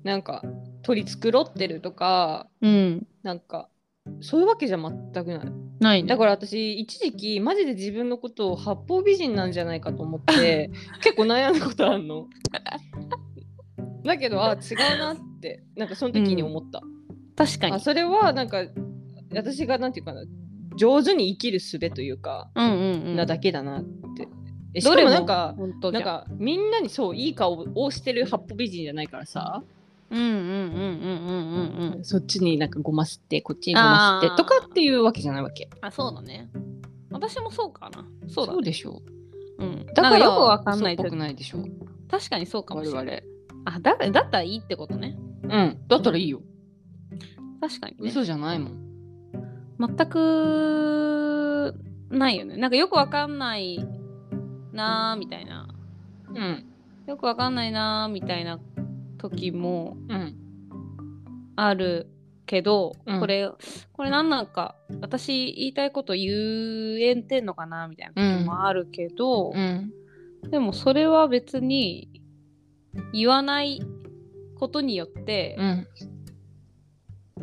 なんか取り繕ってるとか、 うん、 なんかそういうわけじゃ全くない。 ないね。 だから私一時期マジで自分のことを八方美人なんじゃないかと思って結構悩んだことあるの。だけどあ違うなってなんかその時に思った、うん、 確かに。 あそれはなんか私がなんていうかな上手に生きる術というか、 うんうんうん、 なだけだなって。しかもなんかなんかみんなにそういい顔をしてる八方美人じゃないからさ、 うんうんうんうんうんうんうん、 そっちになんかごますってこっちにごますってとかっていうわけじゃないわけ。 あ、そうだね。私もそうかな。そうだね。 そうでしょう。うん。だからよくわかんない嘘っぽくないでしょ。 確かにそうかもしれない。 我々。 あ、だだったらいいってことね。 うん。だったらいいよ。 確かにね。 嘘じゃないもん。 全くないよね。なんかよくわかんないなーみたいな。 うん。 よくわかんないなーみたいな時もうん。 あるけど、 うん、 これこれ何なんか私言いたいこと言えんてんのかなみたいな時もあるけど、 うんうん、でもそれは別に言わないことによって、 うん、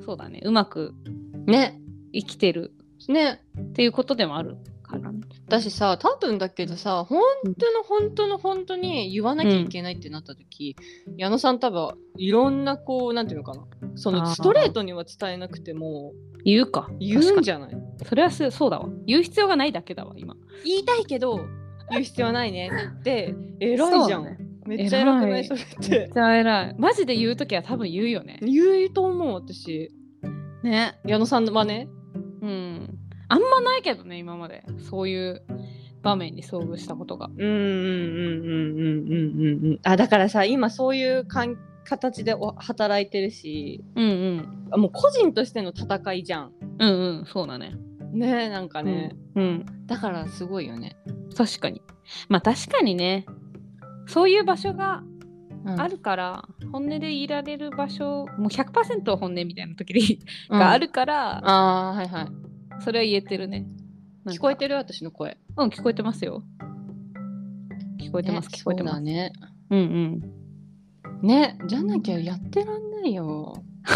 そうだね、うまくね生きてるねっていうことでもあるからね。 私さ多分だけどさ本当の本当の本当に言わなきゃいけないってなった時、うん、矢野さん多分いろんなこうなんていうのかなそのストレートには伝えなくても言うか言うんじゃない？ それはそうだわ。言う必要がないだけだわ今。 言いたいけど言う必要はないねって偉いじゃん、ね、めっちゃ偉くないそれって。 めっちゃ偉い。マジで言うときは多分言うよね。 言うと思う私ね。 矢野さんはね。 うん。あんまないけどね今までそういう場面に遭遇したことが。 うんうんうんうんうんうんうん。あだからさ今そういうかん形で働いてるし、 うんうん、もう個人としての戦いじゃん。 うんうんそうだね。 ねえなんかね、 うん、うん、 だからすごいよね。 確かに。まあ確かにねそういう場所があるから、うん、本音でいられる場所もう ひゃくパーセント 本音みたいな時に、うん、があるから、 あはいはいそれは言えてるね。 聞こえてる私の声。 うん聞こえてますよ。聞こえてます、ね、聞こえてます。 そうだね。 うんうんねじゃなきゃやってらんないよ。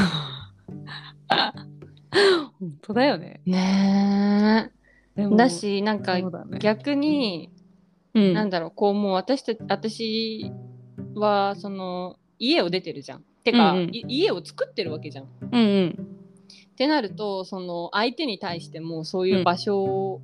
本当だよね。 ねえ。だしなんか逆に、 うん、 なんだろうこうもう私た私はその家を出てるじゃん。てか、うんうん、家を作ってるわけじゃん。 うんうん、 ってなるとその相手に対してもそういう場所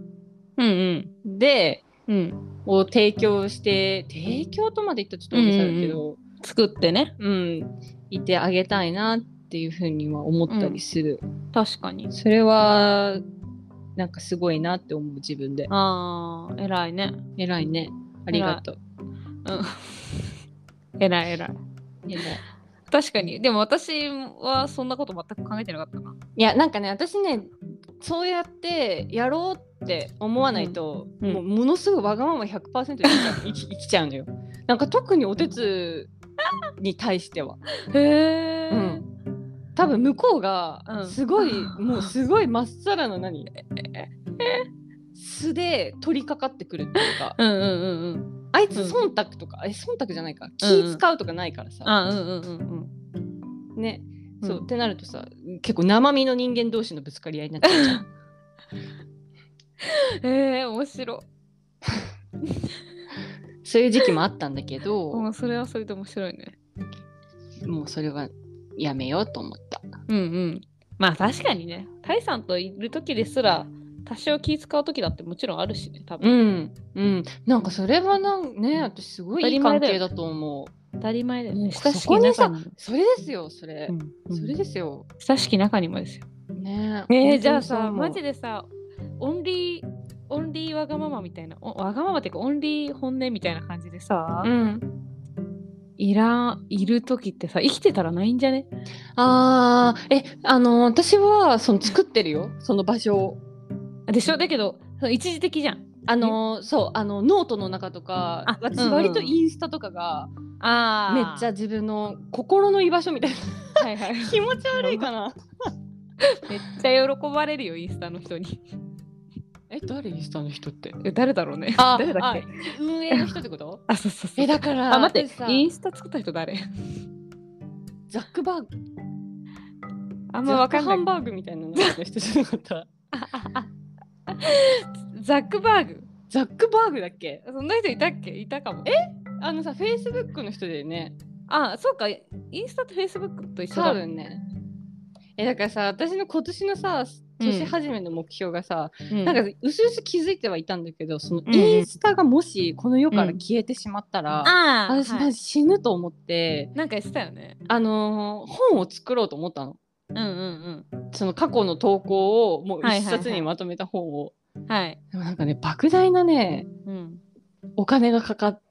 で、うんうん、を提供して提供とまで言ったらちょっと大げさだけど、うんうんうん、 作ってね、 うん、いてあげたいなっていうふうには思ったりする、 うん、確かにそれはなんかすごいなって思う自分で。 あー偉いね偉いねありがとう。 うん偉い偉い偉い確かに。でも私はそんなこと全く考えてなかったな。 いやなんかね私ねそうやってやろうって思わないと、うん、もうものすごいわがまま ひゃくパーセント 生き, 生きちゃうのよ。なんか特にお手つに対しては。 へー、 うん、多分向こうがすごい、うん、もうすごいまっさらな何素で取り掛かってくるっていうか、 うんうんうんうん、 あいつ忖度とか、うん、え忖度じゃないか気使うとかないからさ、 うんうんうんうんうん、ね、うん、そうってなるとさ結構生身の人間同士のぶつかり合いになっちゃうじゃん。 えー、面白そういう時期もあったんだけど、 うん、それはそれで面白いね。 もうそれはやめようと思った。 うんうん。まあ確かにねタイさんといる時ですら多少気使う時だってもちろんあるしね多分。 うんうんなんかそれはなんね私すごいいい関係だと思う。 当たり前だよね。 親しき中にそれですよそれ、うんうん、それですよ親しき中にもですよ。 ねえー、じゃあさマジでさオンリーオンリーわがままみたいなわがままっていうかオンリー本音みたいな感じでさ、うん、いらいる時ってさ生きてたらないんじゃね？ あーえあの私はその作ってるよその場所を。 でしょだけど一時的じゃん。 あのそうあのノートの中とか私割とインスタとかが、うんうん、めっちゃ自分の心の居場所みたいなはい、はい、気持ち悪いかなめっちゃ喜ばれるよインスタの人に。 え誰インスタの人って誰だろうね。 あ誰だっけ？ 運営の人ってこと？ あそうそうそう。 えだからあ待ってインスタ作った人誰？ ザックバーグ。 あんま分かんない。 ザックハンバーグみたいなのの人じゃなかった。 ザックバーグザックバーグだっけ？ そんな人いたっけ？いたかも。 えあのさ、フェイスブックの人だよね。 あ、そうか。インスタとフェイスブックと一緒だ。 多分ね。え、だからさ、私の今年のさ、年始めの目標がさ、うん、なんかうすうす気づいてはいたんだけど、そのインスタがもしこの世から消えてしまったら、うん、私マジ死ぬと思って、 なんか言ってたよね。 あのー、本を作ろうと思ったの。 うんうんうん。 その過去の投稿をもう一冊にまとめた本を。 はいはいはい、 でもなんかね、莫大なね、うん、お金がかかって、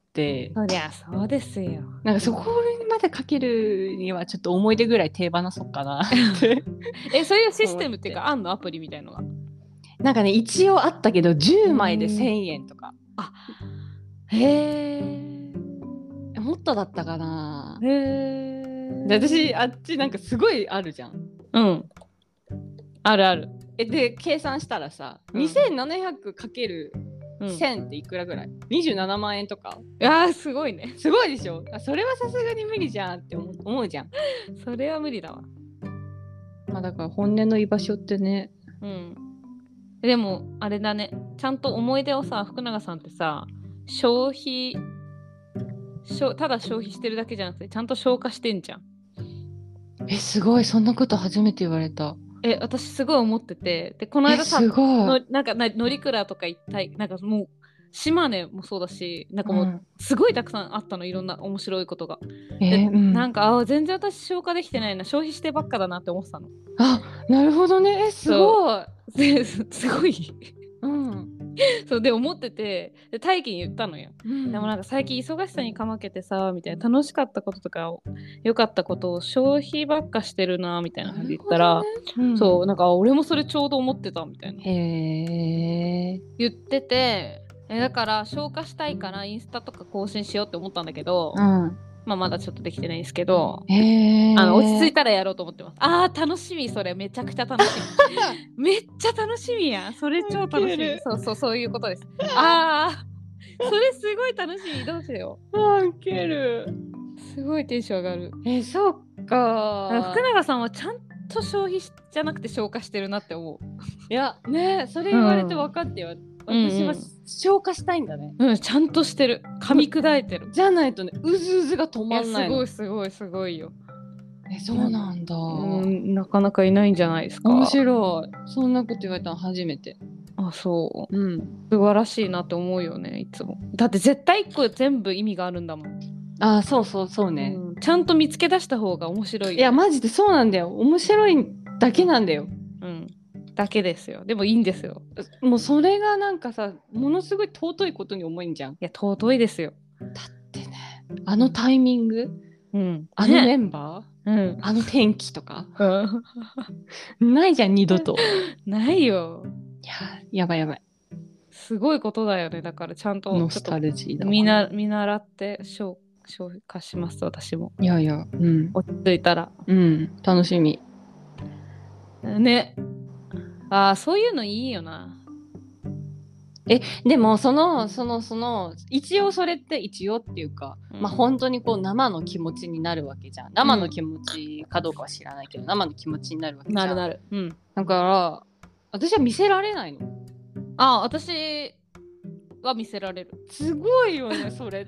そりゃそうですよ。 なんかそこまでかけるにはちょっと思い出ぐらい手放そうかなってえ、そういうシステムっていうかあんの？アプリみたいのが。 なんかね、一応あったけどじゅうまいでせんえんとか。 あ、へえ。 もっとだったかな。 へえ。 で私あっちなんかすごいあるじゃん。 うん。あるある。 えで計算したらさ、うん、にせんななひゃくかけるせんっていくらぐらい、うん、にじゅうななまんえんとか。 いやーすごいね。 すごいでしょ。それはさすがに無理じゃんって思う、思うじゃん。 それは無理だわ。 まあだから本音の居場所ってね。 うん。でもあれだね、ちゃんと思い出をさ、福永さんってさ、消費ただ消費してるだけじゃなくてちゃんと消化してんじゃん。 え、すごい。そんなこと初めて言われた。 え、私すごい思ってて、でこの間さ、 すごいのなんかな乗鞍とか行ったい、なんかもう島根もそうだし、なんかもうすごいたくさんあったの、いろんな面白いことが。 えーうん、 なんかあ全然私消化できてないな、消費してばっかだなって思ってたの。 あ、なるほどね。え、すごい。すごい。 うん。 そうで思ってて、で大輝に言ったのよ、うん、でもなんか最近忙しさにかまけてさみたいな、楽しかったこととか良かったことを消費ばっかしてるなみたいな感じで言ったら、ね、うん、そうなんか俺もそれちょうど思ってたみたいなへ言ってて、えだから消化したいからインスタとか更新しようって思ったんだけど、うんまあ、まだちょっとできてないんですけど、へあの落ち着いたらやろうと思ってます。あー楽しみ、それめちゃくちゃ楽しみめっちゃ楽しみや、それ超楽しみ。そうそうそういうことです。あーそれすごい楽しみ、どうしよう。 あウケる、 すごいテンション上がる。 えそうか、 福永さんはちゃんと消費じゃなくて消化してるなって思う。 いやね、それ言われて分かってよ、うん私は消化したいんだね。 うん、ちゃんとしてる。噛み砕いてる。 じゃないとね、うずうずが止まんないの。 すごいすごいすごいよ。 え、そうなんだ。 うん、なかなかいないんじゃないですか。 面白い。そんなこと言われたの初めて。 あ、そう。うん。素晴らしいなって思うよね、いつも。だって絶対一個全部意味があるんだもん。 あ、そうそうそうね、 うん。ちゃんと見つけ出した方が面白いよ、ね。 いや、マジでそうなんだよ。面白いだけなんだよ。 うん。だけですよ。でもいいんですよ。 もうそれがなんかさ、ものすごい尊いことに思えんじゃん。いや、尊いですよ。 だってね、あのタイミング、うん、あのメンバー、ね、うん、あの天気とか、うん、ないじゃん、二度と。 ないよ。 いや、やばいやばい。 すごいことだよね。だからちゃんとノスタルジーだわ。 見な見習って消消化します、私も。 いやいや、うん、 落ち着いたら。 うん、楽しみ。 ね。ああ、そういうのいいよな。 え、でもそのそのその一応それって一応っていうか、うん、まあ本当にこう生の気持ちになるわけじゃん。生の気持ちかどうかは知らないけど、うん、生の気持ちになるわけじゃん。 なるなる。うん。 だから私は見せられないの。 ああ、私は見せられる。 すごいよね、それって。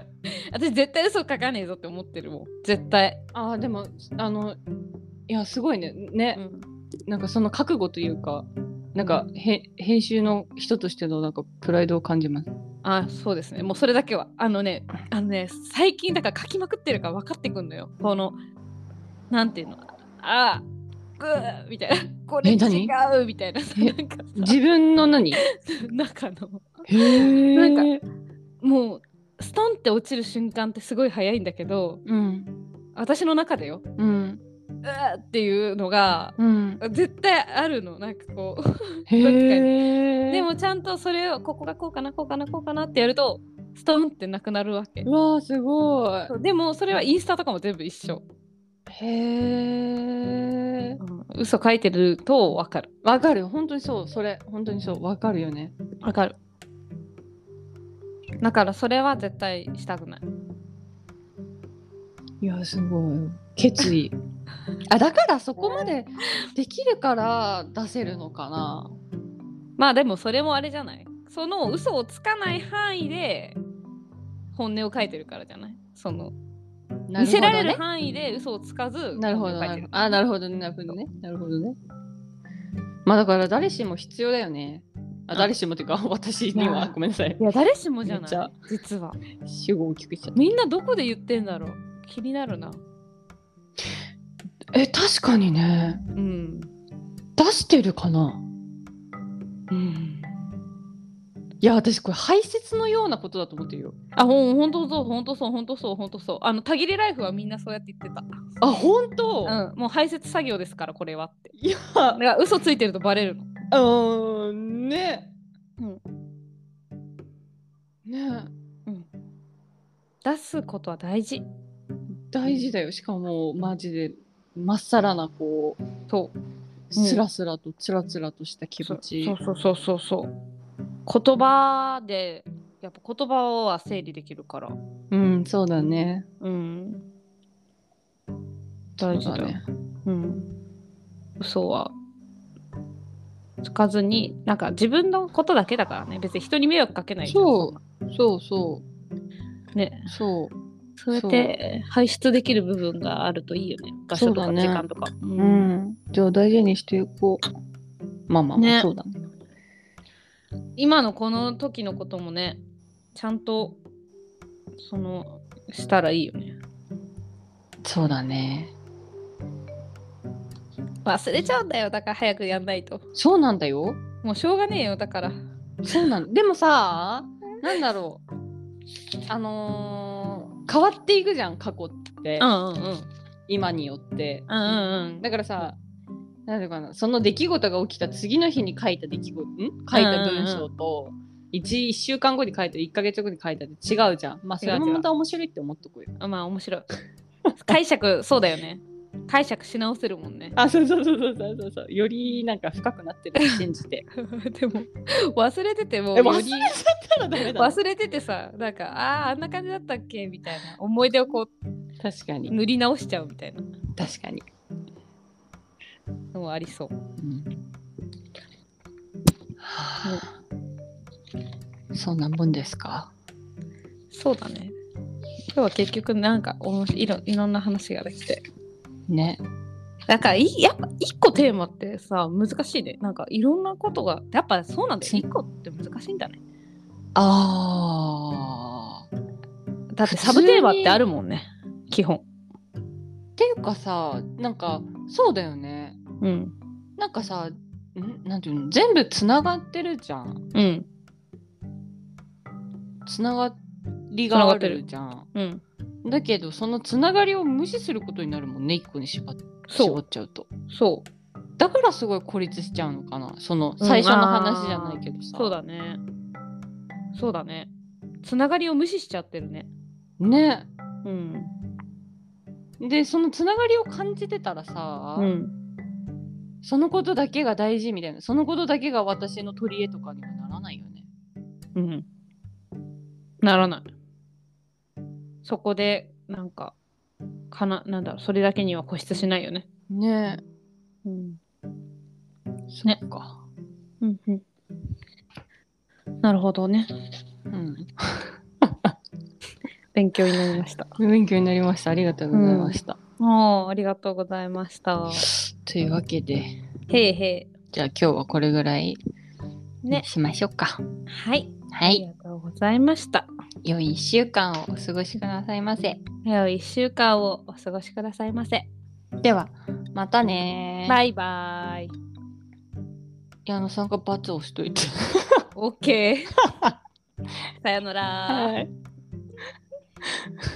私絶対嘘書かねえぞって思ってるもん。絶対。 ああ、でもあのいやすごいねね。うんなんかその覚悟というか、なんかへ編集の人としてのなんかプライドを感じます。 あ、そうですね。もうそれだけはあのね、あのね最近だから書きまくってるから分かってくんのよ。このなんていうの、あグーみたいな、これ違うみたいな、なんか自分の何中のへなんかもうストンって落ちる瞬間ってすごい早いんだけど、うん、私の中でよ。うんうーっていうのが、うん、絶対あるの、なんかこうどっかに。でもちゃんとそれをここがこうかなこうかなこうかなってやるとストンってなくなるわけ。 うわーすごい。 でもそれはインスタとかも全部一緒。 へえ、 うん、嘘書いてると分かる。 分かる、本当にそう、それ本当にそう分かるよね。 分かる。だからそれは絶対したくない。 いやすごい決意あだからそこまでできるから出せるのかな。 まあでもそれもあれじゃない、その嘘をつかない範囲で本音を書いてるからじゃない、その見せられる範囲で嘘をつかずなるほどね。あ、なるほどね。なるほどね。なるほどね。まあだから誰しも必要だよね。あ、誰しもっていうか私にはごめんなさい。 いや誰しもじゃない。実は。 主語を大きくしちゃった。 みんなどこで言ってんだろう。気になるな。 え、確かにね。うん。出してるかな。うん。いや私これ排泄のようなことだと思ってるよ。 あ、ほんほんとそうほんとそうほんとそうほんとそう。あのたぎりライフはみんなそうやって言ってた。 あ、ほんと。 うん、もう排泄作業ですからこれはって。いや、だから嘘ついてるとバレるの。 うーんね。うん。ね。うん。 出すことは大事。 大事だよ。しかもマジでまっさらなこう。そう。スラスラとつらつらとした気持ち。 そうそうそうそうそう。言葉でやっぱ言葉は整理できるから。 うん、そうだね。 うん。大事だね。うん。嘘はつかずに、なんか自分のことだけだからね。別に人に迷惑かけないじゃん。 そうそうそう。 ね。 そう。 そうやって排出できる部分があるといいよね。場所とか時間とか。 う、ね、うん、うん。じゃあ大事にしていこう。まあまあまあ、ね、そうだね。 今のこの時のこともね、ちゃんとそのしたらいいよね。 そうだね。 忘れちゃうんだよ。だから早くやんないと。 そうなんだよ。 もうしょうがねえよ。だから。 そうなんでもさ、なんだろう。あのー、変わっていくじゃん過去って、うんうんうん、今によって、うんうんうん、だからさ、なんていうかな、その出来事が起きた次の日に書いた出来事ん書いた文章と、うんうんうん、いっしゅうかんごに書いたいっかげつごに書いたって違うじゃん。まあそれもまた面白いって思っとこうよ。 あ、まあ面白い。解釈そうだよね。解釈し直せるもんね。 あ、そうそうそうそうそうそう。よりなんか深くなってる信じて。 でも忘れててもより忘れちゃったらダメだ。 忘れててさ、なんかあああんな感じだったっけみたいな思い出をこう確かに塗り直しちゃうみたいな。 確かに。 のもありそう。うんはあ、そんなもんですか。 そうだね。今日は結局なんかおもしいろいろんな話ができて。 ね。 だからいやっぱ一個テーマってさ難しいね。なんかいろんなことがやっぱそうなんだよ。一個って難しいんだね。 ああ。 だってサブテーマってあるもんね。基本。 っていうかさ、なんかそうだよね。うん。なんかさ、んなんていうの、全部つながってるじゃん。うん。つながりがあるじゃん。うん。だけどそのつながりを無視することになるもんね、一個に縛っ、絞っちゃうと。そう。だからすごい孤立しちゃうのかな。その最初の話じゃないけどさ。 うん、そうだね。そうだね。つながりを無視しちゃってるね。 ね。うん。でそのつながりを感じてたらさ、うん、そのことだけが大事みたいな、そのことだけが私の取り柄とかにはならないよね。 うん。ならない。そこでなんかかな、なんだろう、それだけには固執しないよね。 ねえ。うん。 そっか。うんうん。なるほどね。うん。勉強になりました。 勉強になりました。ありがとうございました。 うん、ああ、ありがとうございました。 というわけで、 へいへい。 じゃあ今日はこれぐらいにしましょうか。 ね、はい。 はい。 ありがとうございました。 良いいっしゅうかんをお過ごしくださいませ。 良いいっしゅうかんをお過ごしくださいませ。 では、またね。 バイバイ。 矢野さんがバツをしといて。 オッケー。さよなら。 はい。